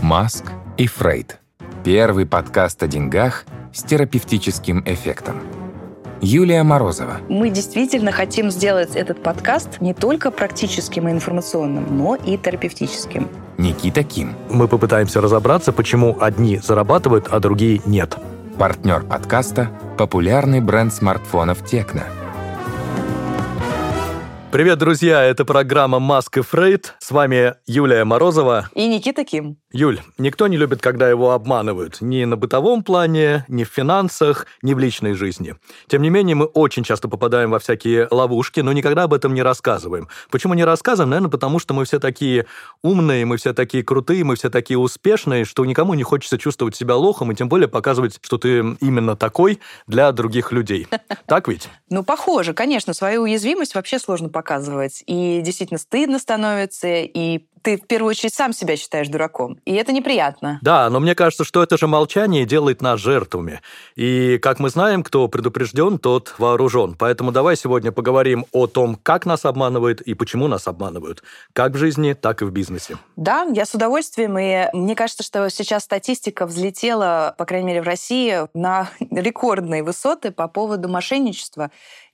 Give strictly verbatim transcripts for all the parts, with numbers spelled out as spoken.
Маск и Фрейд. Первый подкаст о деньгах с терапевтическим эффектом. Юлия Морозова. Мы действительно хотим сделать этот подкаст не только практическим и информационным, но и терапевтическим. Никита Ким. Мы попытаемся разобраться, почему одни зарабатывают, а другие нет. Партнер подкаста – популярный бренд смартфонов Текно. Привет, друзья! Это программа «Маск и Фрейд». С вами Юлия Морозова. И Никита Ким. Юль, никто не любит, когда его обманывают. Ни на бытовом плане, ни в финансах, ни в личной жизни. Тем не менее, мы очень часто попадаем во всякие ловушки, но никогда об этом не рассказываем. Почему не рассказываем? Наверное, потому что мы все такие умные, мы все такие крутые, мы все такие успешные, что никому не хочется чувствовать себя лохом, и тем более показывать, что ты именно такой для других людей. Так ведь? Ну, похоже, конечно. Свою уязвимость вообще сложно показывать. И действительно стыдно становится, и ты в первую очередь сам себя считаешь дураком. И это неприятно. Да, но мне кажется, что это же молчание делает нас жертвами. И, как мы знаем, кто предупрежден, тот вооружен. Поэтому давай сегодня поговорим о том, как нас обманывают и почему нас обманывают. Как в жизни, так и в бизнесе. Да, я с удовольствием. И мне кажется, что сейчас статистика взлетела, по крайней мере, в России, на рекордные высоты по поводу мошенничества.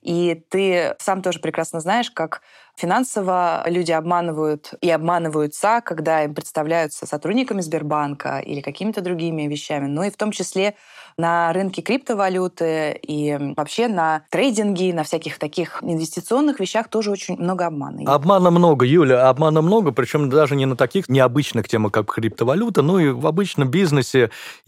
И ты сам тоже прекрасно знаешь, как финансово люди обманывают и обманываются, когда им представляются сотрудниками Сбербанка или какими-то другими вещами. Ну и в том числе на рынке криптовалюты и вообще на трейдинге, на всяких таких инвестиционных вещах тоже очень много обмана. Обмана много, Юля, обмана много, причем даже не на таких необычных темах, как криптовалюта, но и в обычном бизнесе.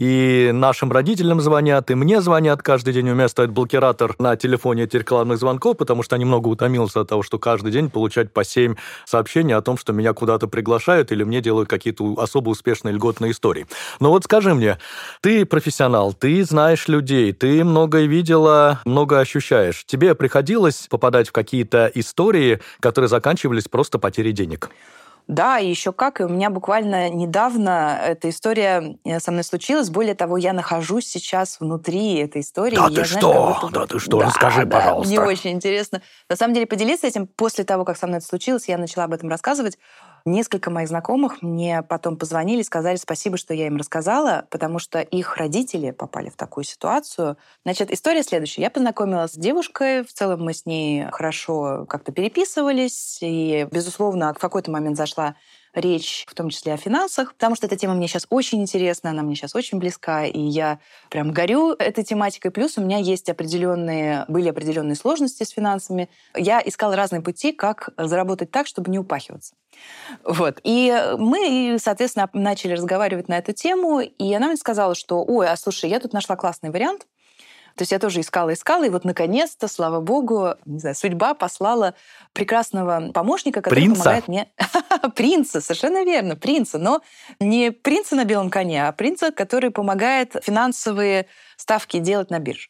И нашим родителям звонят, и мне звонят каждый день. У меня стоит блокиратор на телефоне от рекламных звонков, потому что они много утомился от того, что каждый день получать по семь сообщений о том, что меня куда-то приглашают или мне делают какие-то особо успешные льготные истории. Но вот скажи мне, ты профессионал, ты знаешь людей, ты многое видела, много ощущаешь. Тебе приходилось попадать в какие-то истории, которые заканчивались просто потерей денег? Да, и еще как. И у меня буквально недавно эта история со мной случилась. Более того, я нахожусь сейчас внутри этой истории. Да я, ты знаешь, что? будто... Да ты что? Да, Расскажи, да, пожалуйста. Мне очень интересно. На самом деле, поделиться этим. После того, как со мной это случилось, я начала об этом рассказывать. Несколько моих знакомых мне потом позвонили, сказали спасибо, что я им рассказала, потому что их родители попали в такую ситуацию. Значит, история следующая. Я познакомилась с девушкой, в целом мы с ней хорошо как-то переписывались, и, безусловно, в какой-то момент зашла речь, в том числе о финансах, потому что эта тема мне сейчас очень интересна, она мне сейчас очень близка, и я прям горю этой тематикой. Плюс у меня есть определенные, были определенные сложности с финансами. Я искала разные пути, как заработать так, чтобы не упахиваться. Вот. И мы, соответственно, начали разговаривать на эту тему, и она мне сказала, что, ой, а слушай, я тут нашла классный вариант. То есть я тоже искала-искала, и вот наконец-то, слава богу, не знаю, судьба послала прекрасного помощника, который принца? помогает мне... Принца, совершенно верно, принца. Но не принца на белом коне, а принца, который помогает финансовые ставки делать на бирже.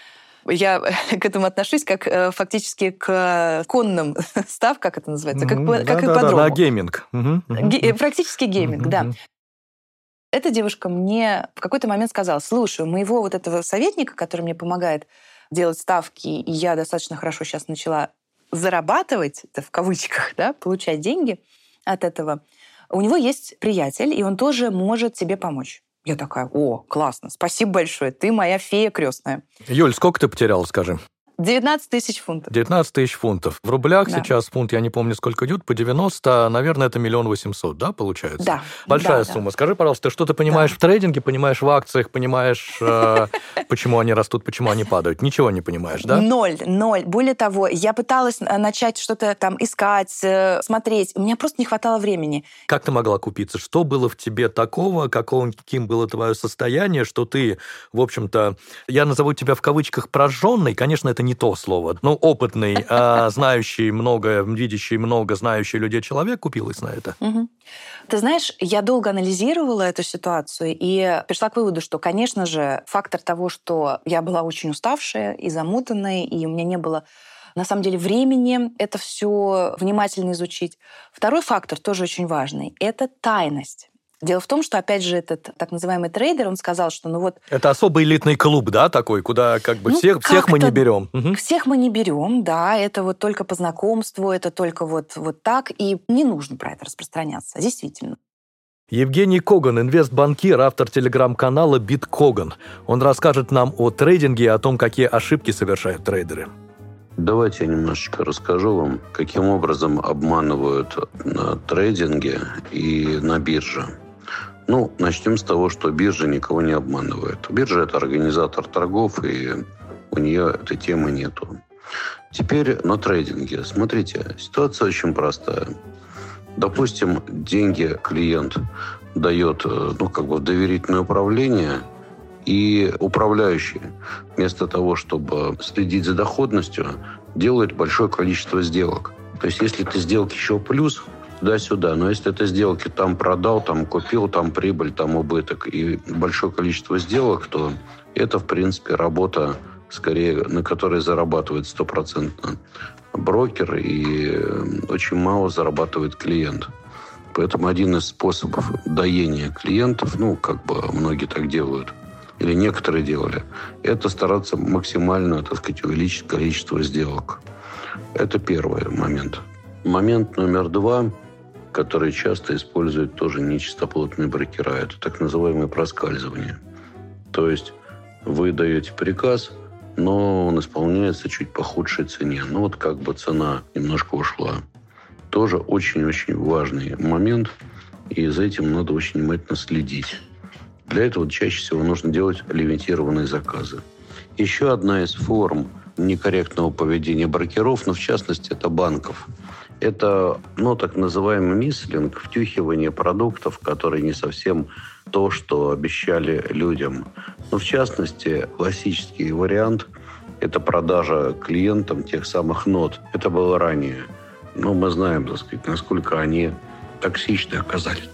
Я к этому отношусь как фактически к конным ставкам, как это называется, как, Mm-hmm. как да, ипподрому. Да, да, гейминг. Mm-hmm. Ге- практически гейминг, Mm-hmm. да. Эта девушка мне в какой-то момент сказала: слушай, у моего вот этого советника, который мне помогает делать ставки, и я достаточно хорошо сейчас начала зарабатывать, это в кавычках, да, получать деньги от этого, у него есть приятель, и он тоже может тебе помочь. Я такая: о, классно, спасибо большое, ты моя фея крестная. Юль, сколько ты потеряла, скажи? девятнадцать тысяч фунтов. девятнадцать тысяч фунтов. В рублях Да. сейчас фунт, я не помню, сколько идет, по девяносто, наверное, это миллион восемьсот, да, получается? Да. Большая да, сумма. да. Скажи, пожалуйста, ты что-то понимаешь Да. в трейдинге, понимаешь в акциях, понимаешь, э, почему они растут, почему они падают? Ничего не понимаешь, да? Ноль, ноль. Более того, я пыталась начать что-то там искать, э, смотреть. У меня просто не хватало времени. Как ты могла купиться? Что было в тебе такого, какого, каким было твое состояние, что ты, в общем-то, я назову тебя в кавычках прожженный, конечно, это не то слово, ну, опытный, а, знающий много, видящий много, знающий людей человек купилась на это? Угу. Ты знаешь, я долго анализировала эту ситуацию и пришла к выводу, что, конечно же, фактор того, что я была очень уставшая и замутанная, и у меня не было, на самом деле, времени это все внимательно изучить. Второй фактор, тоже очень важный, это тайность. Дело в том, что, опять же, этот так называемый трейдер, он сказал, что ну вот... Это особый элитный клуб, да, такой, куда как бы ну, всех, всех мы не берем. Угу. Всех мы не берем, да, это вот только по знакомству, это только вот, вот так, и не нужно про это распространяться, действительно. Евгений Коган, инвестбанкир, автор телеграм-канала «Биткоган». Он расскажет нам о трейдинге и о том, какие ошибки совершают трейдеры. Давайте я немножечко расскажу вам, каким образом обманывают на трейдинге и на бирже. Ну, начнем с того, что биржа никого не обманывает. Биржа – это организатор торгов, и у нее этой темы нету. Теперь на трейдинге. Смотрите, ситуация очень простая. Допустим, деньги клиент дает, ну, как бы в доверительное управление, и управляющий вместо того, чтобы следить за доходностью, делает большое количество сделок. То есть, если ты сделки еще плюс, туда-сюда, но если ты сделки там продал, там купил, там прибыль, там убыток и большое количество сделок, то это, в принципе, работа, скорее, на которой зарабатывает стопроцентно брокер, и очень мало зарабатывает клиент. Поэтому один из способов доения клиентов, ну, как бы многие так делают, или некоторые делали, это стараться максимально, так сказать, увеличить количество сделок. Это первый момент. Момент номер два, который часто используют тоже нечистоплотные брокера, это так называемое проскальзывание. То есть вы даете приказ, но он исполняется чуть по худшей цене. Ну вот как бы цена немножко ушла. Тоже очень-очень важный момент, и за этим надо очень внимательно следить. Для этого чаще всего нужно делать лимитированные заказы. Еще одна из форм некорректного поведения брокеров, но в частности это банков. Это, ну, так называемый мислинг, втюхивание продуктов, которые не совсем то, что обещали людям. Но в частности, классический вариант – это продажа клиентам тех самых нот. Это было ранее. Но мы знаем, так сказать, насколько они токсичны оказались.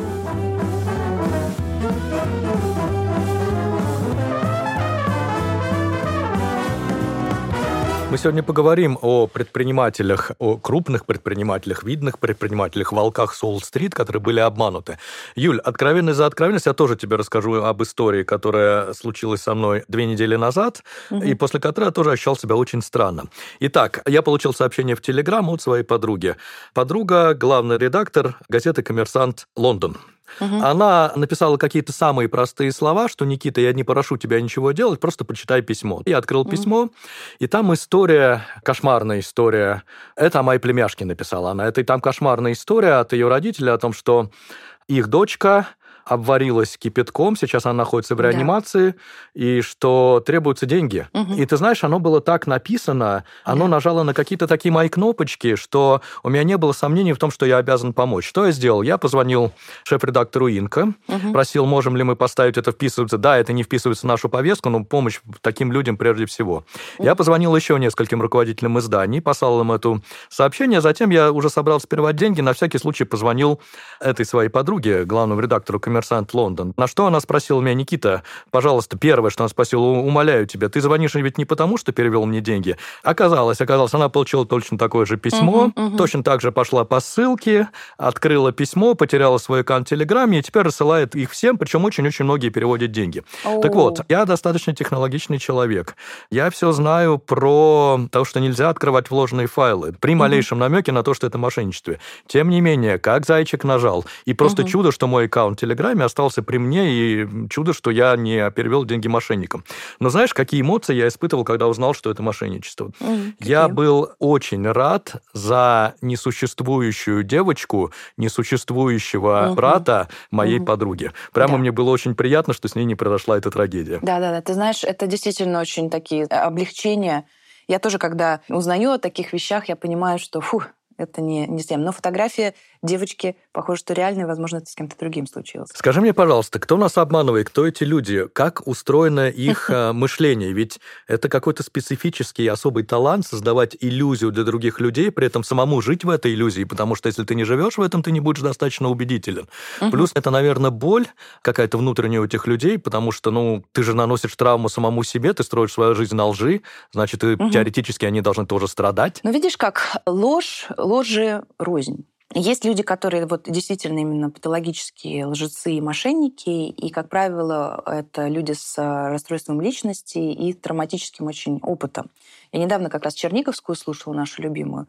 Мы сегодня поговорим о предпринимателях, о крупных предпринимателях, видных предпринимателях, волках с Уолл-стрит, которые были обмануты. Юль, откровенность за откровенность, я тоже тебе расскажу об истории, которая случилась со мной две недели назад, угу. и после которой я тоже ощущал себя очень странно. Итак, я получил сообщение в Телеграм от своей подруги. Подруга – главный редактор газеты «Коммерсант Лондон». Угу. Она написала какие-то самые простые слова, что «Никита, я не прошу тебя ничего делать, просто почитай письмо». Я открыл угу. письмо, и там история, кошмарная история. Это о моей племяшке написала она. Это и там кошмарная история от ее родителей о том, что их дочка обварилась кипятком, сейчас она находится в реанимации, да. и что требуются деньги. Угу. И ты знаешь, оно было так написано, оно да. нажало на какие-то такие мои кнопочки, что у меня не было сомнений в том, что я обязан помочь. Что я сделал? Я позвонил шеф-редактору Инко, угу. просил, можем ли мы поставить это, вписываться. Да, это не вписывается в нашу повестку, но помощь таким людям прежде всего. Угу. Я позвонил еще нескольким руководителям изданий, послал им это сообщение, затем я уже собрал сперва деньги, на всякий случай позвонил этой своей подруге, главному редактору «Коммерсант Лондон». На что она спросила меня: «Никита, пожалуйста», первое, что она спросила: «Умоляю тебя, ты звонишь ведь не потому, что перевел мне деньги». Оказалось, оказалось, она получила точно такое же письмо, uh-huh, uh-huh. точно так же пошла по ссылке, открыла письмо, потеряла свой аккаунт в Телеграме и теперь рассылает их всем, причем очень-очень многие переводят деньги. Oh. Так вот, я достаточно технологичный человек. Я все знаю про то, что нельзя открывать вложенные файлы при малейшем uh-huh. намеке на то, что это мошенничество. Тем не менее, как зайчик нажал. И просто uh-huh. чудо, что мой аккаунт в Телеграме остался при мне, и чудо, что я не перевел деньги мошенникам. Но знаешь, какие эмоции я испытывал, когда узнал, что это мошенничество? Mm, я был очень рад за несуществующую девочку, несуществующего mm-hmm. брата моей mm-hmm. подруги. Прямо да. мне было очень приятно, что с ней не произошла эта трагедия. Да-да-да, ты знаешь, это действительно очень такие облегчения. Я тоже, когда узнаю о таких вещах, я понимаю, что фух, это не, не с тем. Но фотография девочки, похоже, что реальная, возможно, это с кем-то другим случилось. Скажи мне, пожалуйста, кто нас обманывает, кто эти люди, как устроено их мышление? Ведь это какой-то специфический особый талант создавать иллюзию для других людей, при этом самому жить в этой иллюзии, потому что если ты не живешь в этом, ты не будешь достаточно убедителен. Плюс это, наверное, боль какая-то внутренняя у этих людей, потому что, ну, ты же наносишь травму самому себе, ты строишь свою жизнь на лжи, значит, и теоретически они должны тоже страдать. Но видишь, как ложь, ложь же рознь. Есть люди, которые вот действительно именно патологические лжецы и мошенники, и, как правило, это люди с расстройством личности и травматическим очень опытом. Я недавно как раз Черниговскую слушала, нашу любимую,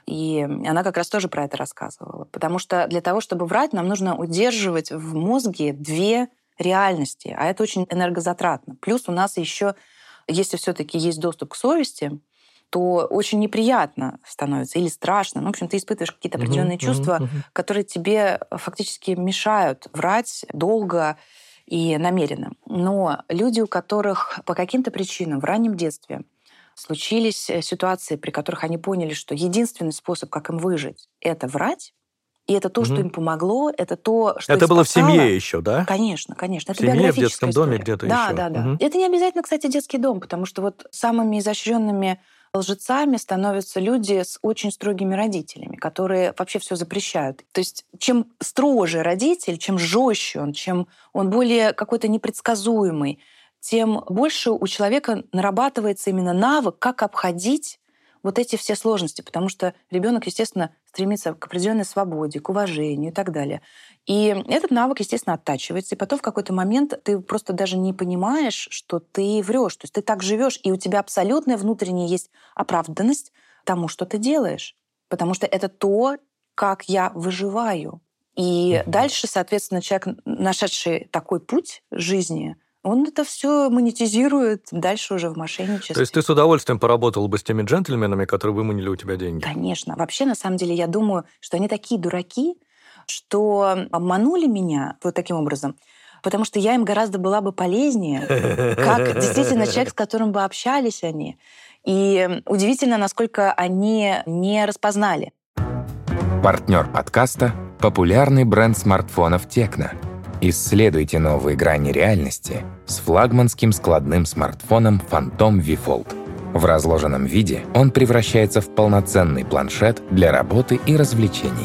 И она как раз тоже про это рассказывала. Потому что для того, чтобы врать, нам нужно удерживать в мозге две реальности, а это очень энергозатратно. Плюс у нас еще, если все-таки есть доступ к совести, то очень неприятно становится или страшно. Ну, в общем, ты испытываешь какие-то определенные uh-huh, чувства, uh-huh. которые тебе фактически мешают врать долго и намеренно. Но люди, у которых по каким-то причинам в раннем детстве случились ситуации, при которых они поняли, что единственный способ, как им выжить, это врать, и это то, угу. что им помогло, это то, что это их было спасало. В семье еще, да? Конечно, конечно. В это семье, в детском история. доме где-то да, еще. Да, да, да. Угу. Это не обязательно, кстати, детский дом, потому что вот самыми изощренными лжецами становятся люди с очень строгими родителями, которые вообще все запрещают. То есть чем строже родитель, чем жестче он, чем он более какой-то непредсказуемый, тем больше у человека нарабатывается именно навык, как обходить вот эти все сложности, потому что ребенок, естественно, стремится к определенной свободе, к уважению и так далее. И этот навык, естественно, оттачивается, и потом в какой-то момент ты просто даже не понимаешь, что ты врешь. То есть ты так живешь, и у тебя абсолютная внутренняя есть оправданность тому, что ты делаешь. Потому что это то, как я выживаю. И mm-hmm. дальше, соответственно, человек, нашедший такой путь жизни, он это все монетизирует дальше уже в мошенничестве. То есть ты с удовольствием поработал бы с теми джентльменами, которые выманили у тебя деньги? Конечно. Вообще, на самом деле, я думаю, что они такие дураки, что обманули меня вот таким образом, потому что я им гораздо была бы полезнее, как действительно человек, с которым бы общались они. И удивительно, насколько они не распознали. Партнер подкаста – популярный бренд смартфонов Tecno. Исследуйте новые грани реальности с флагманским складным смартфоном Phantom ви Fold. В разложенном виде он превращается в полноценный планшет для работы и развлечений.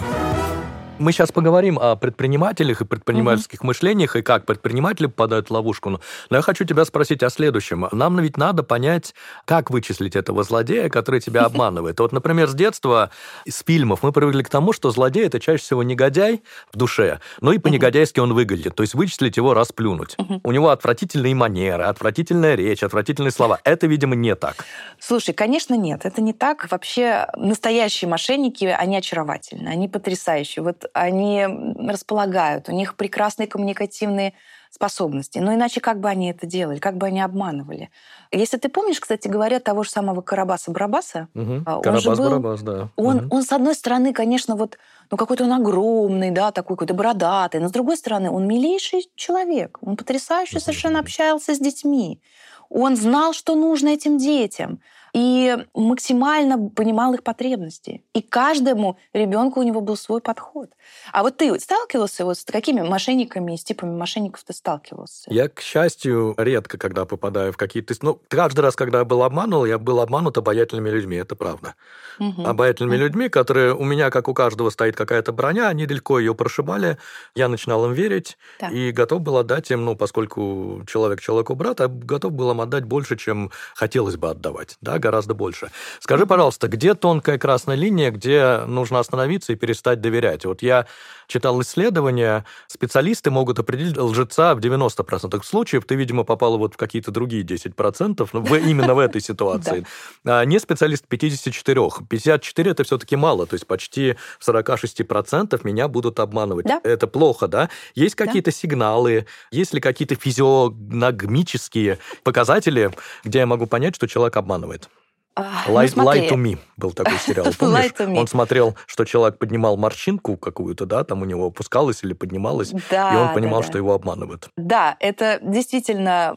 Мы сейчас поговорим о предпринимателях и предпринимательских угу. мышлениях, и как предприниматели попадают в ловушку. Но я хочу тебя спросить о следующем. Нам ведь надо понять, как вычислить этого злодея, который тебя обманывает. Вот, например, с детства, с фильмов мы привыкли к тому, что злодей – это чаще всего негодяй в душе, но и по-негодяйски он выглядит. То есть вычислить его – расплюнуть. Угу. У него отвратительные манеры, отвратительная речь, отвратительные слова. Это, видимо, не так. Слушай, конечно, нет. Это не так. Вообще настоящие мошенники, они очаровательны, они потрясающие. Вот они располагают, у них прекрасные коммуникативные способности. Но иначе как бы они это делали, как бы они обманывали? Если ты помнишь, кстати говоря, того же самого Карабаса-Барабаса, угу. он Карабас-Барабас, да. Он, угу. он, с одной стороны, конечно, вот, ну, какой-то он огромный, да, такой какой-то бородатый, но с другой стороны, он милейший человек, он потрясающе угу. совершенно общался с детьми. Он знал, что нужно этим детям, и максимально понимал их потребности. И каждому ребенку у него был свой подход. А вот ты сталкивался вот с какими мошенниками, с типами мошенников ты сталкивался? Я, к счастью, редко, когда попадаю в какие-то... Ну, каждый раз, когда я был обманут, я был обманут обаятельными людьми, это правда. Угу. Обаятельными угу. людьми, которые у меня, как у каждого, стоит какая-то броня, они легко ее прошибали, я начинал им верить, да. и готов был отдать им, ну, поскольку человек человеку брат, я готов был им отдать больше, чем хотелось бы отдавать, да, гораздо больше. Скажи, пожалуйста, где тонкая красная линия, где нужно остановиться и перестать доверять? Вот я читал исследования, специалисты могут определить лжеца в девяносто процентов случаев, ты, видимо, попала вот в какие-то другие десять процентов, именно в этой ситуации. А не специалист пятьдесят четыре процента. пятьдесят четыре процента это все-таки мало, то есть почти в сорок шесть процентов меня будут обманывать. Да. Это плохо, да? Есть какие-то да. сигналы, есть ли какие-то физиогномические показатели, где я могу понять, что человек обманывает? Lie, ну, Lie to Me был такой сериал, помнишь? Он смотрел, что человек поднимал морщинку какую-то, да, там у него опускалась или поднималась, да, и он понимал, да, да. что его обманывают. Да, это действительно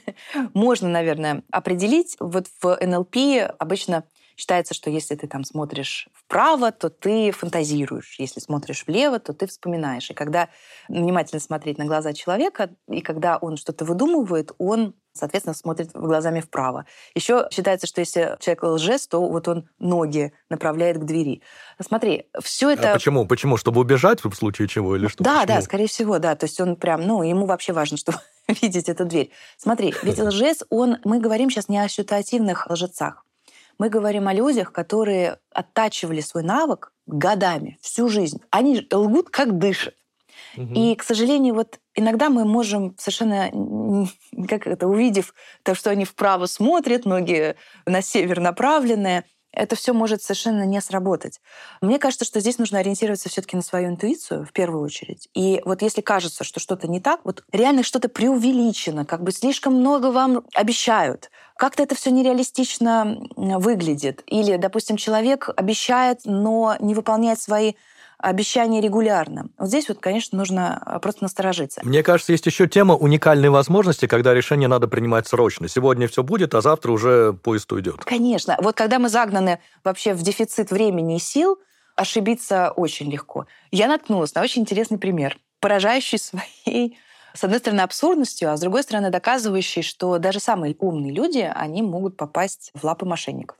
можно, наверное, определить. Вот в эн эл пи обычно считается, что если ты там смотришь вправо, то ты фантазируешь. Если смотришь влево, то ты вспоминаешь. И когда внимательно смотреть на глаза человека, и когда он что-то выдумывает, он, соответственно, смотрит глазами вправо. Еще считается, что если человек лжец, то вот он ноги направляет к двери. Смотри, все это... А почему? Почему? Чтобы убежать в случае чего? Или что? Да, почему? да, скорее всего, да. То есть он прям, ну, ему вообще важно, чтобы видеть эту дверь. Смотри, ведь лжец, он... Мы говорим сейчас не о ситуативных лжецах. Мы говорим о людях, которые оттачивали свой навык годами, всю жизнь. Они лгут, как дышат. Угу. И, к сожалению, вот иногда мы можем совершенно, как это, увидев то, что они вправо смотрят, ноги на север направлены, это все может совершенно не сработать. Мне кажется, что здесь нужно ориентироваться все-таки на свою интуицию в первую очередь. И вот если кажется, что что-то не так, вот реально что-то преувеличено, как бы слишком много вам обещают, как-то это все нереалистично выглядит. Или, допустим, человек обещает, но не выполняет свои обещания регулярно. Вот здесь вот, конечно, нужно просто насторожиться. Мне кажется, есть еще тема уникальной возможности, когда решение надо принимать срочно. Сегодня все будет, а завтра уже поезд уйдет. Конечно. Вот когда мы загнаны вообще в дефицит времени и сил, ошибиться очень легко. Я наткнулась на очень интересный пример, поражающий своей, с одной стороны, абсурдностью, а с другой стороны, доказывающий, что даже самые умные люди, они могут попасть в лапы мошенников.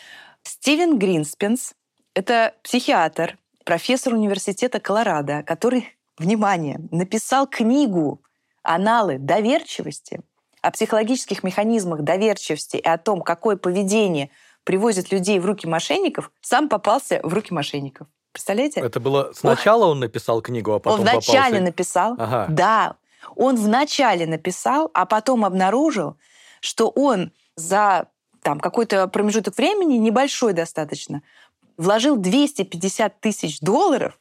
Стивен Гринспенс — это психиатр, профессор университета Колорадо, который, внимание, написал книгу «Аналы доверчивости», о психологических механизмах доверчивости и о том, какое поведение привозит людей в руки мошенников, сам попался в руки мошенников. Представляете? Это было сначала он написал книгу, а потом Он вначале попался... написал, ага. да. Он вначале написал, а потом обнаружил, что он за там, какой-то промежуток времени, небольшой достаточно, вложил двести пятьдесят тысяч долларов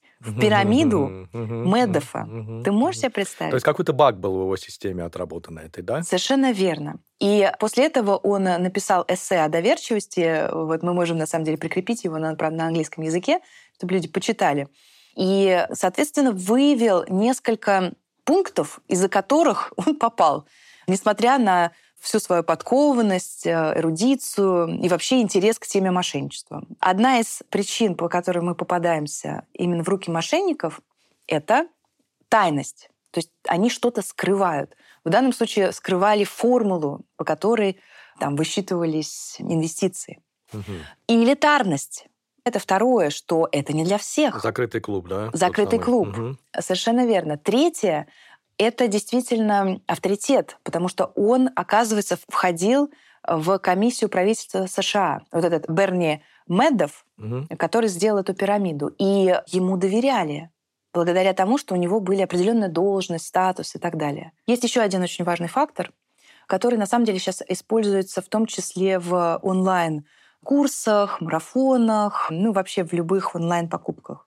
в пирамиду Медофа. Ты можешь себе представить? То есть какой-то баг был в его системе отработан этой, да? Совершенно верно. И после этого он написал эссе о доверчивости. Вот мы можем, на самом деле, прикрепить его, на, правда, на английском языке, чтобы люди почитали. И, соответственно, выявил несколько пунктов, из-за которых он попал, несмотря на всю свою подкованность, эрудицию и вообще интерес к теме мошенничества. Одна из причин, по которой мы попадаемся именно в руки мошенников, это тайность. То есть они что-то скрывают. В данном случае скрывали формулу, по которой там высчитывались инвестиции. Угу. И элитарность. Это второе, что это не для всех. Закрытый клуб, да? Закрытый клуб. Угу. Совершенно верно. Третье — это действительно авторитет, потому что он, оказывается, входил в комиссию правительства США. Вот этот Берни Медофф, угу. который сделал эту пирамиду. И ему доверяли, благодаря тому, что у него были определенная должность, статус и так далее. Есть еще один очень важный фактор, который на самом деле сейчас используется в том числе в онлайн-курсах, марафонах, ну вообще в любых онлайн-покупках.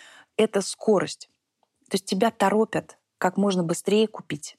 Это скорость. То есть тебя торопят как можно быстрее купить.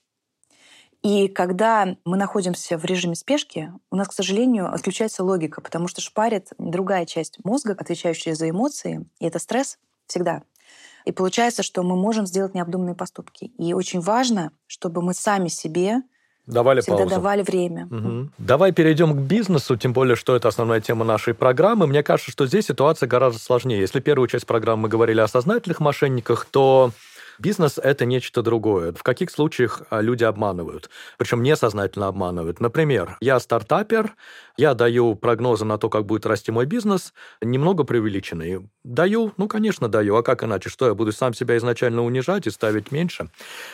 И когда мы находимся в режиме спешки, у нас, к сожалению, отключается логика, потому что шпарит другая часть мозга, отвечающая за эмоции, и это стресс всегда. И получается, что мы можем сделать необдуманные поступки. И очень важно, чтобы мы сами себе давали всегда паузу. давали время. Угу. Давай перейдем к бизнесу, тем более, что это основная тема нашей программы. Мне кажется, что здесь ситуация гораздо сложнее. Если первую часть программы мы говорили о сознательных мошенниках, то бизнес – это нечто другое. В каких случаях люди обманывают? Причем несознательно обманывают. Например, я стартапер, я даю прогнозы на то, как будет расти мой бизнес, немного преувеличенные. Даю? Ну, конечно, даю. А как иначе? Что, я буду сам себя изначально унижать и ставить меньше?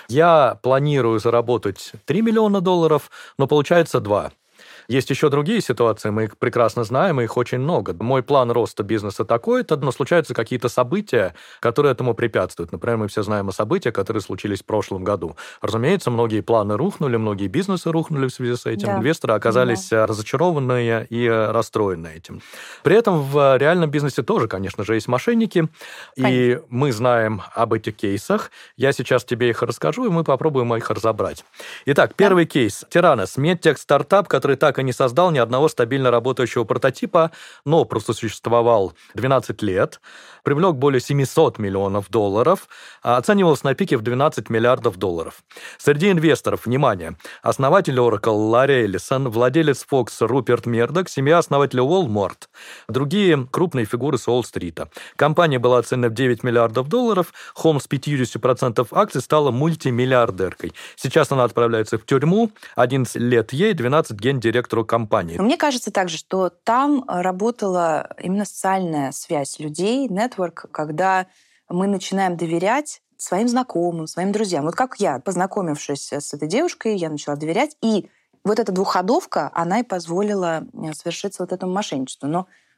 Я планирую заработать три миллиона долларов, но получается два. Есть еще другие ситуации, мы их прекрасно знаем, и их очень много. Мой план роста бизнеса такой-то, но случаются какие-то события, которые этому препятствуют. Например, мы все знаем о событиях, которые случились в прошлом году. Разумеется, многие планы рухнули, многие бизнесы рухнули в связи с этим. Да. Инвесторы оказались да. разочарованные и расстроены этим. При этом в реальном бизнесе тоже, конечно же, есть мошенники, конечно. И мы знаем об этих кейсах. Я сейчас тебе их расскажу, и мы попробуем их разобрать. Итак, первый да. кейс. Тиранос, медтех-стартап, который так и не создал ни одного стабильно работающего прототипа, но просуществовал двенадцать лет, привлек более семьсот миллионов долларов, оценивался на пике в двенадцать миллиардов долларов. Среди инвесторов, внимание, основатель Oracle Ларри Эллисон, владелец Fox Руперт Мердок, семья основателя Walmart, другие крупные фигуры с Уолл-стрита. Компания была оценена в девять миллиардов долларов, Холм с пятьдесят процентов акций стала мультимиллиардеркой. Сейчас она отправляется в тюрьму, одиннадцать лет ей, двенадцать гендиректору компании. Мне кажется также, что там работала именно социальная связь людей, нетворк, когда мы начинаем доверять своим знакомым, своим друзьям. Вот как я, познакомившись с этой девушкой, я начала доверять, и вот эта двухходовка, она и позволила совершиться вот этому мошенничеству. Но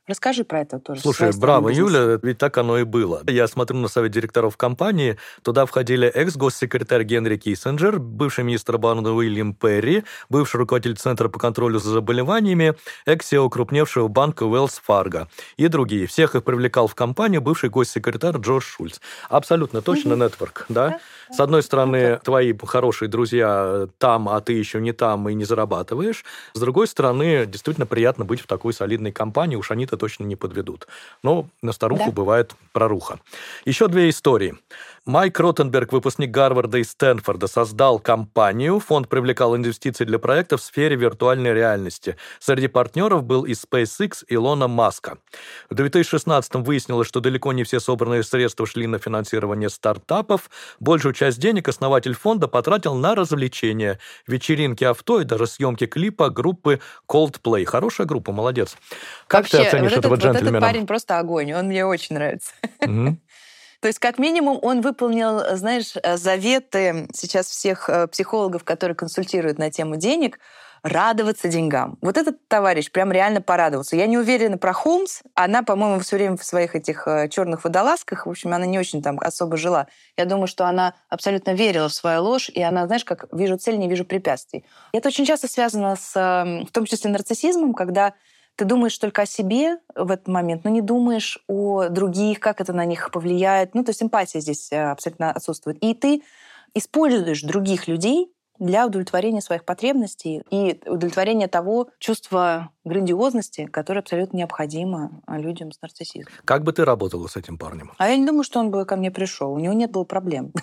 Расскажи про это тоже. Слушай, браво, Юля, ведь так оно и было. Я смотрю на совет директоров компании, туда входили экс-госсекретарь Генри Киссинджер, бывший министр обороны Уильям Перри, бывший руководитель Центра по контролю за заболеваниями, экс-си и о крупнейшего банка Уэллс Фарго и другие. Всех их привлекал в компанию бывший госсекретарь Джордж Шульц. Абсолютно точно нетворк, mm-hmm. да? С одной стороны, okay. твои хорошие друзья там, а ты еще не там и не зарабатываешь. С другой стороны, действительно приятно быть в такой солидной компании, уж они-то точно не подведут. Но на старуху да. бывает проруха. Еще две истории. Майк Ротенберг, выпускник Гарварда и Стэнфорда, создал компанию. Фонд привлекал инвестиции для проектов в сфере виртуальной реальности. Среди партнеров был и SpaceX Илона Маска. В две тысячи шестнадцатом выяснилось, что далеко не все собранные средства шли на финансирование стартапов. Большую часть денег основатель фонда потратил на развлечения, вечеринки авто и даже съемки клипа группы Coldplay. Хорошая группа, молодец. Как Вообще, ты оценишь вот этого этот, джентльмена? Вот этот парень просто огонь, он мне очень нравится. Mm-hmm. То есть, как минимум, он выполнил, знаешь, заветы сейчас всех психологов, которые консультируют на тему денег, радоваться деньгам. Вот этот товарищ прям реально порадовался. Я не уверена про Холмс. Она, по-моему, все время в своих этих черных водолазках, в общем, она не очень там особо жила. Я думаю, что она абсолютно верила в свою ложь, и она, знаешь, как вижу цель, не вижу препятствий. И это очень часто связано с, в том числе, нарциссизмом, когда ты думаешь только о себе в этот момент, но не думаешь о других, как это на них повлияет. Ну, то есть эмпатия здесь абсолютно отсутствует. И ты используешь других людей для удовлетворения своих потребностей и удовлетворения того чувства грандиозности, которое абсолютно необходимо людям с нарциссизмом. Как бы ты работала с этим парнем? А я не думаю, что он бы ко мне пришел. У него нет было проблем.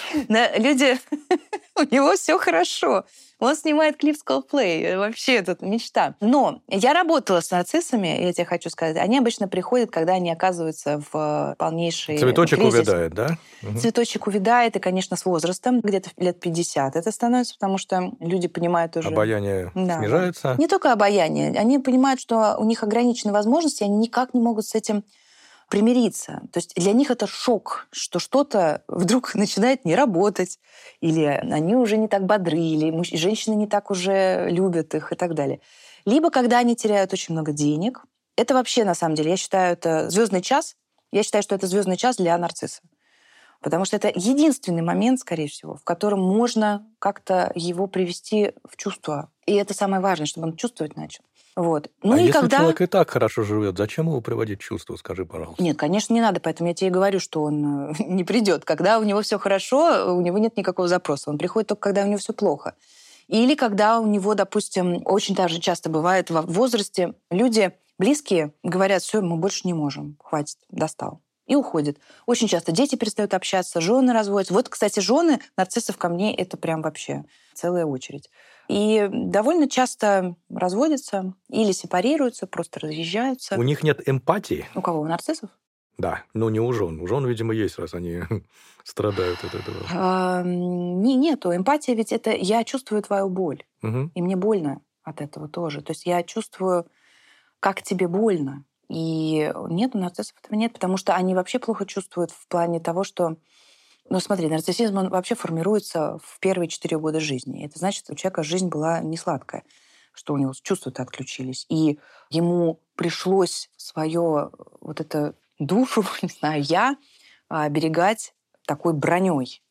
Люди... У него все хорошо. Он снимает клип с Coldplay. Вообще, это мечта. Но я работала с нарциссами, я тебе хочу сказать. Они обычно приходят, когда они оказываются в полнейшей Цветочек кризисе. увядает, да? Цветочек увядает, и, конечно, с возрастом, где-то лет пятьдесят это становится, потому что люди понимают уже... Обаяние да. снижается. Не только обаяние. Они понимают, что у них ограничены возможности, они никак не могут с этим примириться. То есть для них это шок, что что-то вдруг начинает не работать, или они уже не так бодры, или муж... женщины не так уже любят их и так далее. Либо когда они теряют очень много денег. Это вообще, на самом деле, я считаю, это звездный час. Я считаю, что это звездный час для нарцисса. Потому что это единственный момент, скорее всего, в котором можно как-то его привести в чувство. И это самое важное, чтобы он чувствовать начал. Вот. Ну а и если когда... человек и так хорошо живет, зачем его приводить в чувство, скажи, пожалуйста? Нет, конечно, не надо, поэтому я тебе и говорю, что он не придет. Когда у него все хорошо, у него нет никакого запроса. Он приходит только, когда у него все плохо. Или когда у него, допустим, очень даже часто бывает в возрасте, люди близкие говорят: все, мы больше не можем, хватит, достал. И уходят. Очень часто дети перестают общаться, жены разводятся. Вот, кстати, жены нарциссов ко мне — это прям вообще целая очередь. И довольно часто разводятся или сепарируются, просто разъезжаются. У них нет эмпатии? У кого? У нарциссов? Да, ну не у жен. У жен, видимо, есть, раз они страдают от этого. А, не, нету. Эмпатия ведь это я чувствую твою боль. Угу. И мне больно от этого тоже. То есть я чувствую, как тебе больно. И нет, у нарциссов этого нет, потому что они вообще плохо чувствуют в плане того, что... Ну, смотри, нарциссизм, он вообще формируется в первые четыре года жизни. Это значит, что у человека жизнь была не сладкая, что у него чувства-то отключились. И ему пришлось свое вот это душу, не знаю, я оберегать такой броней.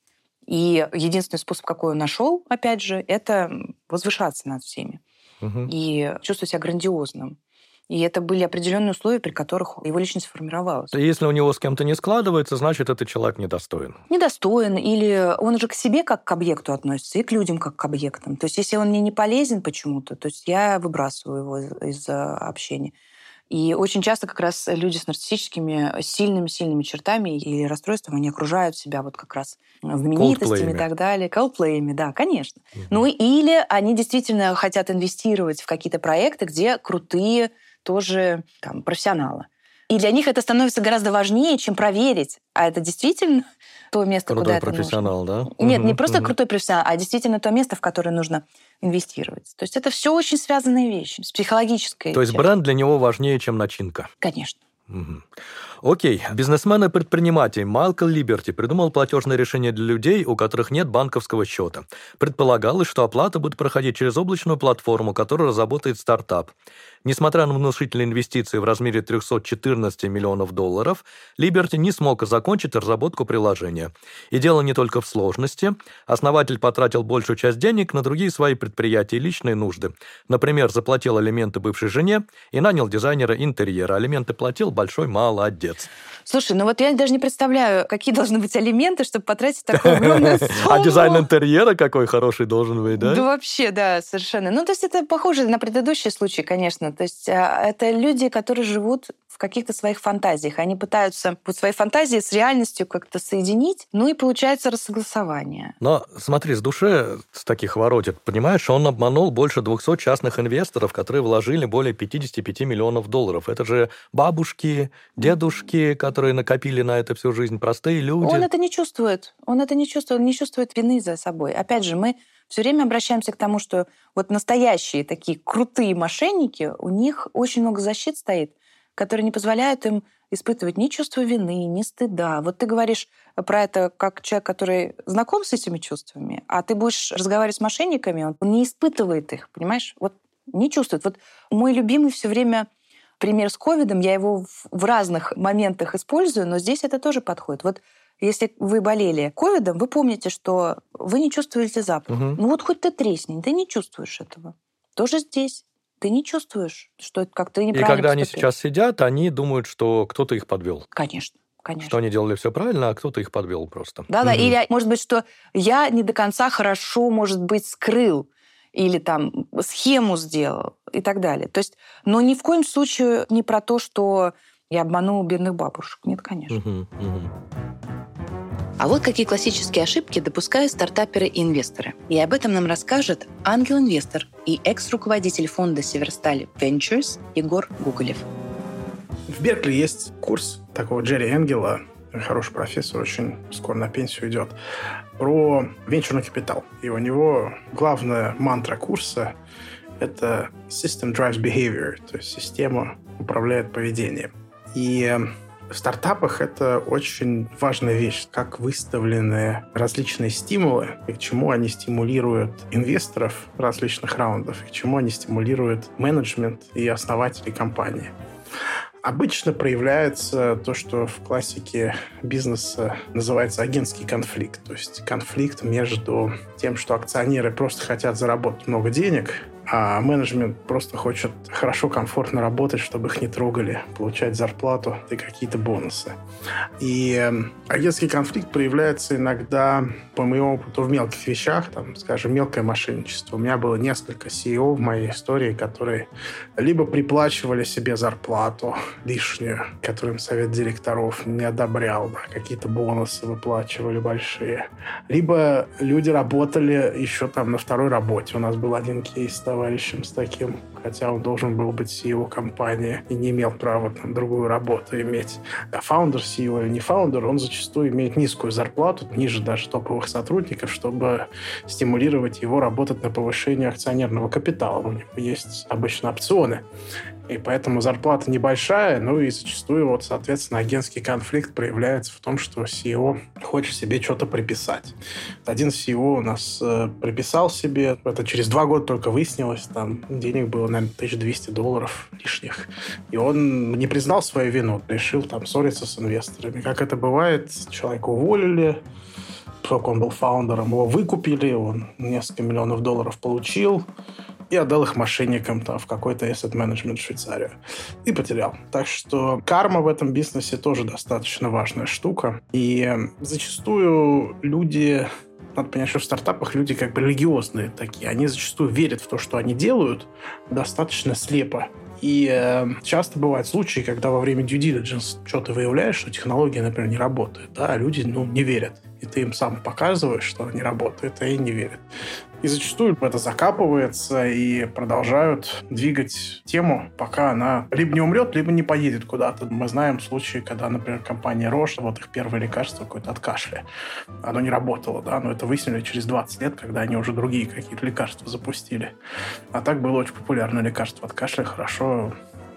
И единственный способ, какой он нашел, опять же, это возвышаться над всеми. Угу. И чувствовать себя грандиозным. И это были определенные условия, при которых его личность формировалась. Если у него с кем-то не складывается, значит, этот человек недостоин. Недостоин. Или он же к себе как к объекту относится, и к людям как к объектам. То есть если он мне не полезен почему-то, то есть я выбрасываю его из, из общения. И очень часто как раз люди с нарциссическими сильными-сильными чертами или расстройством, они окружают себя вот как раз знаменитостями и так далее. Колдплеями, да, конечно. Mm-hmm. Ну или они действительно хотят инвестировать в какие-то проекты, где крутые тоже там профессионалы. И для них это становится гораздо важнее, чем проверить, а это действительно то место, крутой куда это профессионал, нужно. Да? Нет, угу, не просто угу. крутой профессионал, а действительно то место, в которое нужно инвестировать. То есть это все очень связанные вещи с психологической. То есть частью. Бренд для него важнее, чем начинка. Конечно. Угу. Окей. Бизнесмен и предприниматель Майкл Либерти придумал платежное решение для людей, у которых нет банковского счета. Предполагалось, что оплата будет проходить через облачную платформу, которую разработает стартап. Несмотря на внушительные инвестиции в размере триста четырнадцать миллионов долларов, Либерти не смог закончить разработку приложения. И дело не только в сложности. Основатель потратил большую часть денег на другие свои предприятия и личные нужды. Например, заплатил алименты бывшей жене и нанял дизайнера интерьера. Алименты платил большой молодец. Слушай, ну вот я даже не представляю, какие должны быть алименты, чтобы потратить такую огромную сумму. А дизайн интерьера какой хороший должен быть, да? Да вообще, да, совершенно. Ну, то есть это похоже на предыдущий случай, конечно. То есть это люди, которые живут в каких-то своих фантазиях. Они пытаются вот свои фантазии с реальностью как-то соединить, ну и получается рассогласование. Но смотри, с души с таких воротит. Понимаешь, он обманул больше двухсот частных инвесторов, которые вложили более пятьдесят пять миллионов долларов. Это же бабушки, дедушки, которые накопили на это всю жизнь, простые люди. Он это не чувствует. Он это не чувствует. Он не чувствует вины за собой. Опять же, мы все время обращаемся к тому, что вот настоящие такие крутые мошенники, у них очень много защит стоит, которые не позволяют им испытывать ни чувство вины, ни стыда. Вот ты говоришь про это как человек, который знаком с этими чувствами, а ты будешь разговаривать с мошенниками, он не испытывает их, понимаешь? Вот не чувствует. Вот мой любимый все время пример с ковидом, я его в разных моментах использую, но здесь это тоже подходит. Вот если вы болели ковидом, вы помните, что вы не чувствуете запах. Угу. Ну вот хоть ты тресни, ты не чувствуешь этого. Тоже здесь. Ты не чувствуешь, что как ты неправильно И когда поступил. Они сейчас сидят, они думают, что кто-то их подвел. Конечно. Конечно. Что они делали все правильно, а кто-то их подвел просто. Да-да, угу. Или, может быть, что я не до конца хорошо, может быть, скрыл, или там схему сделал и так далее. То есть, но ни в коем случае не про то, что я обманул бедных бабушек. Нет, конечно. Угу, угу. А вот какие классические ошибки допускают стартаперы и инвесторы. И об этом нам расскажет ангел-инвестор и экс-руководитель фонда «Северсталь Ventures» Егор Гуголев. В Беркли есть курс такого Джерри Энгела, хороший профессор, очень скоро на пенсию идет, про венчурный капитал. И у него главная мантра курса – это «System drives behavior», то есть система управляет поведением. И в стартапах это очень важная вещь, как выставлены различные стимулы, и к чему они стимулируют инвесторов различных раундов, и к чему они стимулируют менеджмент и основателей компании. Обычно проявляется то, что в классике бизнеса называется агентский конфликт, то есть конфликт между тем, что акционеры просто хотят заработать много денег, а менеджмент просто хочет хорошо, комфортно работать, чтобы их не трогали, получать зарплату и какие-то бонусы. И агентский конфликт проявляется иногда, по моему опыту, в мелких вещах, там, скажем, мелкое мошенничество. У меня было несколько си и о в моей истории, которые либо приплачивали себе зарплату лишнюю, которым совет директоров не одобрял, да, какие-то бонусы выплачивали большие, либо люди работали еще там на второй работе. У нас был один кейс с товарищем с таким, хотя он должен был быть си и о компании и не имел права там другую работу иметь. А фаундер си и о или не фаундер, он зачастую имеет низкую зарплату, ниже даже топовых сотрудников, чтобы стимулировать его работать на повышение акционерного капитала. У него есть обычно опционы. И поэтому зарплата небольшая, ну и зачастую, вот, соответственно, агентский конфликт проявляется в том, что си и о хочет себе что-то приписать. Один си и о у нас э, приписал себе, это через два года только выяснилось, там денег было, наверное, тысяча двести долларов лишних. И он не признал свою вину, решил там ссориться с инвесторами. Как это бывает, человека уволили, поскольку он был фаундером, его выкупили, он несколько миллионов долларов получил, и отдал их мошенникам там, в какой-то asset management в Швейцарию. И потерял. Так что карма в этом бизнесе тоже достаточно важная штука. И зачастую люди... Надо понять, что в стартапах люди как бы религиозные такие. Они зачастую верят в то, что они делают, достаточно слепо. И э, часто бывают случаи, когда во время due diligence что-то выявляешь, что технология, например, не работает, да, а люди, ну, не верят. И ты им сам показываешь, что она не работает, а они не верят. И зачастую это закапывается и продолжают двигать тему, пока она либо не умрет, либо не поедет куда-то. Мы знаем случаи, когда, например, компания Roche, вот их первое лекарство какое-то от кашля, оно не работало, да, но это выяснили через двадцать лет, когда они уже другие какие-то лекарства запустили. А так было очень популярное лекарство от кашля, хорошо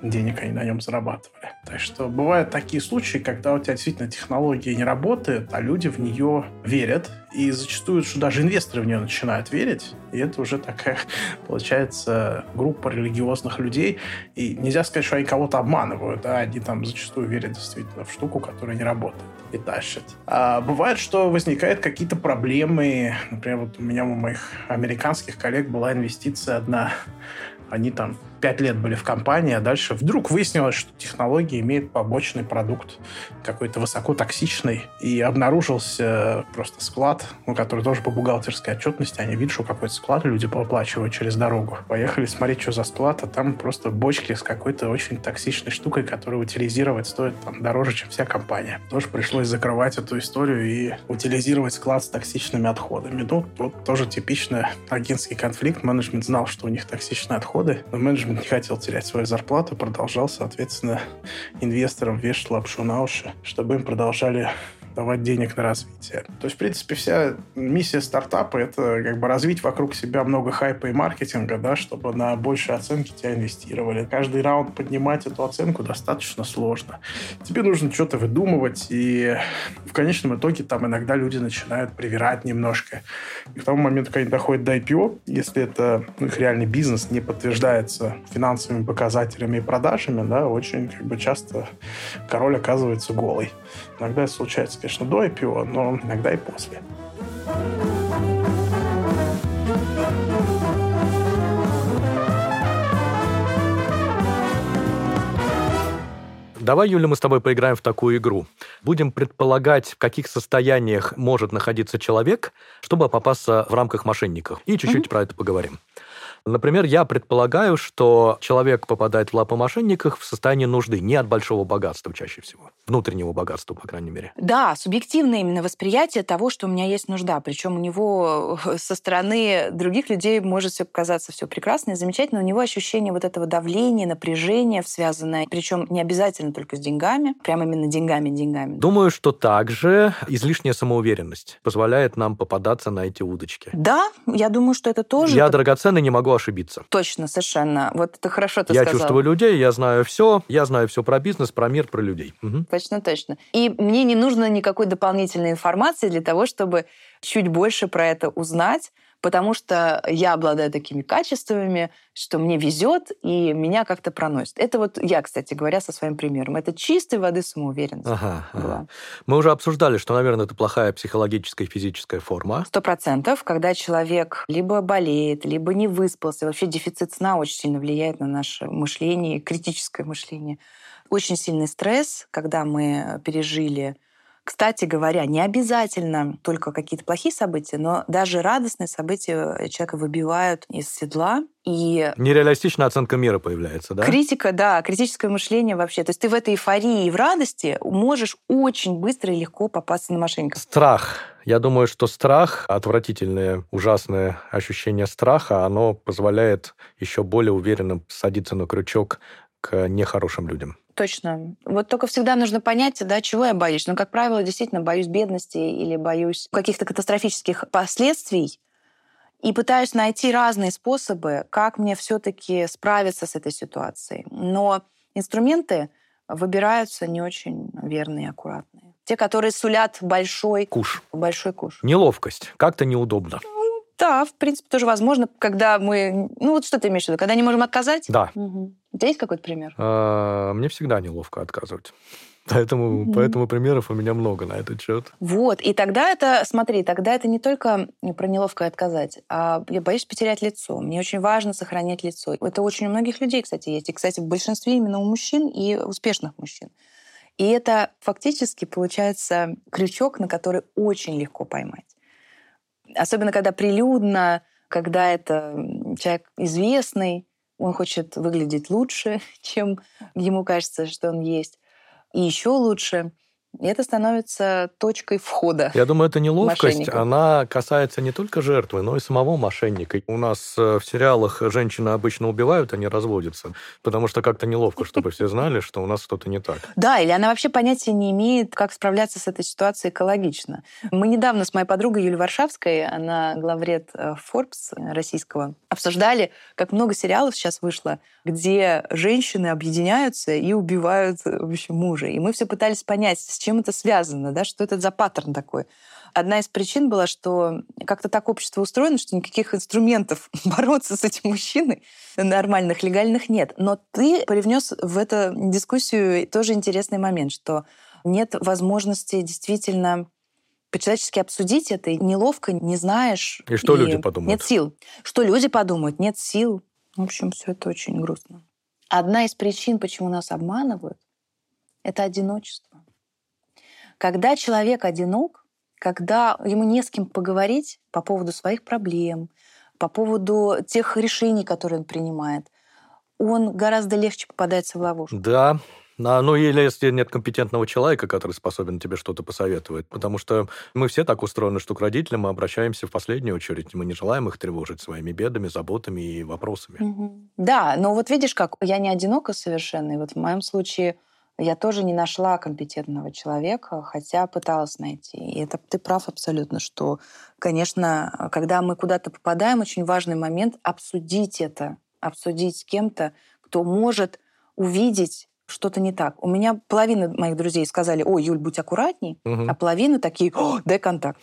денег они на нем зарабатывали. Так что бывают такие случаи, когда у тебя действительно технология не работает, а люди в нее верят. И зачастую, что даже инвесторы в нее начинают верить. И это уже такая, получается, группа религиозных людей. И нельзя сказать, что они кого-то обманывают. Да? Они там зачастую верят действительно в штуку, которая не работает и тащит. А бывает, что возникают какие-то проблемы. Например, вот у меня, у моих американских коллег была инвестиция одна. Они там пять лет были в компании, а дальше вдруг выяснилось, что технология имеет побочный продукт, какой-то высокотоксичный, и обнаружился просто склад, ну, который тоже по бухгалтерской отчетности, они видят, что какой-то склад люди оплачивают через дорогу. Поехали смотреть, что за склад, а там просто бочки с какой-то очень токсичной штукой, которую утилизировать стоит там дороже, чем вся компания. Тоже пришлось закрывать эту историю и утилизировать склад с токсичными отходами. Ну, вот тоже типичный агентский конфликт. Менеджмент знал, что у них токсичные отходы, но менеджмент не хотел терять свою зарплату, продолжал, соответственно, инвесторам вешать лапшу на уши, чтобы им продолжали давать денег на развитие. То есть, в принципе, вся миссия стартапа — это как бы развить вокруг себя много хайпа и маркетинга, да, чтобы на большие оценки тебя инвестировали. Каждый раунд поднимать эту оценку достаточно сложно. Тебе нужно что-то выдумывать, и в конечном итоге там иногда люди начинают привирать немножко. И к тому моменту, когда они доходят до ай пи о, если это, ну, их реальный бизнес не подтверждается финансовыми показателями и продажами, да, очень как бы часто король оказывается голый. Иногда это случается, конечно, до ай пи о, но иногда и после. Давай, Юля, мы с тобой поиграем в такую игру. Будем предполагать, в каких состояниях может находиться человек, чтобы попасться в рамках мошенников. И чуть-чуть mm-hmm. про это поговорим. Например, я предполагаю, что человек попадает в лапы мошенников в состоянии нужды, не от большого богатства чаще всего. Внутреннего богатства, по крайней мере. Да, субъективное именно восприятие того, что у меня есть нужда. Причем у него со стороны других людей может все казаться все прекрасно и замечательно. У него ощущение вот этого давления, напряжения, связанное, причем не обязательно только с деньгами, прям именно деньгами-деньгами. Думаю, что также излишняя самоуверенность позволяет нам попадаться на эти удочки. Да, я думаю, что это тоже... Я драгоценный, не могу ошибиться. Точно, совершенно. Вот это хорошо ты я сказал. Я чувствую людей, я знаю все, я знаю все про бизнес, про мир, про людей. Угу. Точно, точно. И мне не нужно никакой дополнительной информации для того, чтобы чуть больше про это узнать, потому что я обладаю такими качествами, что мне везет, и меня как-то проносит. Это вот я, кстати говоря, со своим примером. Это чистой воды самоуверенность. Ага, ага. Мы уже обсуждали, что, наверное, это плохая психологическая и физическая форма. Сто процентов, когда человек либо болеет, либо не выспался. Вообще дефицит сна очень сильно влияет на наше мышление, критическое мышление. Очень сильный стресс, когда мы пережили... Кстати говоря, не обязательно только какие-то плохие события, но даже радостные события человека выбивают из седла. И нереалистичная оценка мира появляется, да? Критика, да, критическое мышление вообще. То есть ты в этой эйфории и в радости можешь очень быстро и легко попасться на мошенников. Страх. Я думаю, что страх, отвратительное, ужасное ощущение страха, оно позволяет еще более уверенно садиться на крючок к нехорошим людям. Точно. Вот только всегда нужно понять, да, чего я боюсь. Ну, как правило, действительно боюсь бедности или боюсь каких-то катастрофических последствий. И пытаюсь найти разные способы, как мне все-таки справиться с этой ситуацией. Но инструменты выбираются не очень верные и аккуратные. Те, которые сулят большой куш. Большой куш. Неловкость. Как-то неудобно. Да, в принципе, тоже возможно, когда мы... Ну, вот что ты имеешь в виду? Когда не можем отказать? Да. Угу. У тебя есть какой-то пример? А, мне всегда неловко отказывать. Поэтому, mm-hmm. поэтому примеров у меня много на этот счет. Вот. И тогда это, смотри, тогда это не только про неловко отказать, а я боюсь потерять лицо. Мне очень важно сохранять лицо. Это очень у многих людей, кстати, есть. И, кстати, в большинстве именно у мужчин и успешных мужчин. И это фактически получается крючок, на который очень легко поймать. Особенно когда прилюдно, когда это человек известный, он хочет выглядеть лучше, чем ему кажется, что он есть. И еще лучше. И это становится точкой входа. Я думаю, эта неловкость, она касается не только жертвы, но и самого мошенника. У нас в сериалах женщины обычно убивают, а не разводятся, потому что как-то неловко, чтобы все знали, что у нас что-то не так. Да, или она вообще понятия не имеет, как справляться с этой ситуацией экологично. Мы недавно с моей подругой Юлией Варшавской, она главред Forbes российского, обсуждали, как много сериалов сейчас вышло, где женщины объединяются и убивают, в общем, мужа. И мы все пытались понять, с чем это связано, да, что это за паттерн такой. Одна из причин была, что как-то так общество устроено, что никаких инструментов бороться с этим мужчиной нормальных, легальных нет. Но ты привнес в эту дискуссию тоже интересный момент, что нет возможности действительно по-человечески обсудить это, и неловко, не знаешь. И что и люди подумают? Нет сил. Что люди подумают, нет сил. В общем, все это очень грустно. Одна из причин, почему нас обманывают, это одиночество. Когда человек одинок, когда ему не с кем поговорить по поводу своих проблем, по поводу тех решений, которые он принимает, он гораздо легче попадается в ловушку. Да, ну или если нет компетентного человека, который способен тебе что-то посоветовать. Потому что мы все так устроены, что к родителям мы обращаемся в последнюю очередь. Мы не желаем их тревожить своими бедами, заботами и вопросами. Угу. Да, но вот видишь как, я не одинока совершенно. И вот в моем случае я тоже не нашла компетентного человека, хотя пыталась найти. И это ты прав абсолютно, что, конечно, когда мы куда-то попадаем, очень важный момент обсудить это, обсудить с кем-то, кто может увидеть что-то не так. У меня половина моих друзей сказали: ой, Юль, будь аккуратней, угу. А половина такие: о, дай контакт.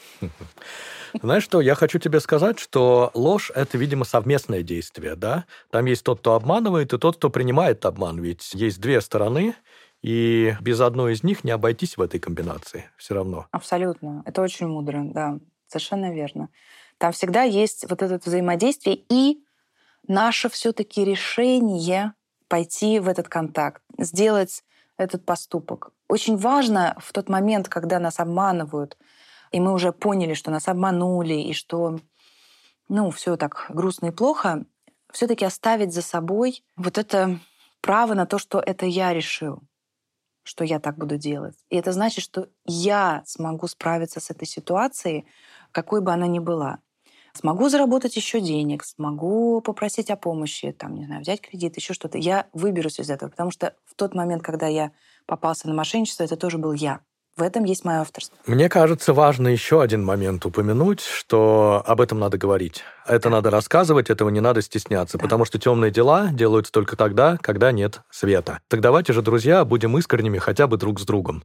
Знаешь что, я хочу тебе сказать, что ложь – это, видимо, совместное действие, да? Там есть тот, кто обманывает, и тот, кто принимает обман. Ведь есть две стороны, и без одной из них не обойтись в этой комбинации все равно. Абсолютно. Это очень мудро, да. Совершенно верно. Там всегда есть вот это взаимодействие и наше все-таки решение пойти в этот контакт, сделать этот поступок. Очень важно в тот момент, когда нас обманывают, и мы уже поняли, что нас обманули, и что, ну, все так грустно и плохо, все-таки оставить за собой вот это право на то, что это я решил, что я так буду делать. И это значит, что я смогу справиться с этой ситуацией, какой бы она ни была. Смогу заработать еще денег, смогу попросить о помощи, там, не знаю, взять кредит, еще что-то. Я выберусь из этого, потому что в тот момент, когда я попался на мошенничество, это тоже был я. В этом есть мое авторство. Мне кажется, важно еще один момент упомянуть, что об этом надо говорить. Это да. Надо рассказывать, этого не надо стесняться, да. Потому что темные дела делаются только тогда, когда нет света. Так давайте же, друзья, будем искренними хотя бы друг с другом.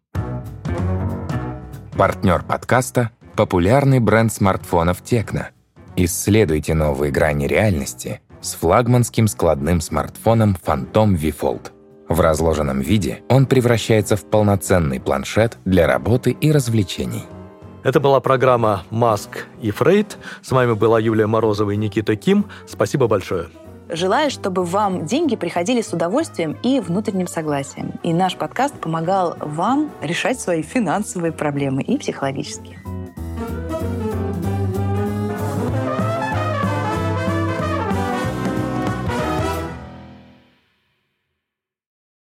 Партнер подкаста – популярный бренд смартфонов Tecno. Исследуйте новые грани реальности с флагманским складным смартфоном Phantom ви Fold. В разложенном виде он превращается в полноценный планшет для работы и развлечений. Это была программа «Маск и Фрейд». С вами была Юлия Морозова и Никита Ким. Спасибо большое. Желаю, чтобы вам деньги приходили с удовольствием и внутренним согласием. И наш подкаст помогал вам решать свои финансовые проблемы и психологические.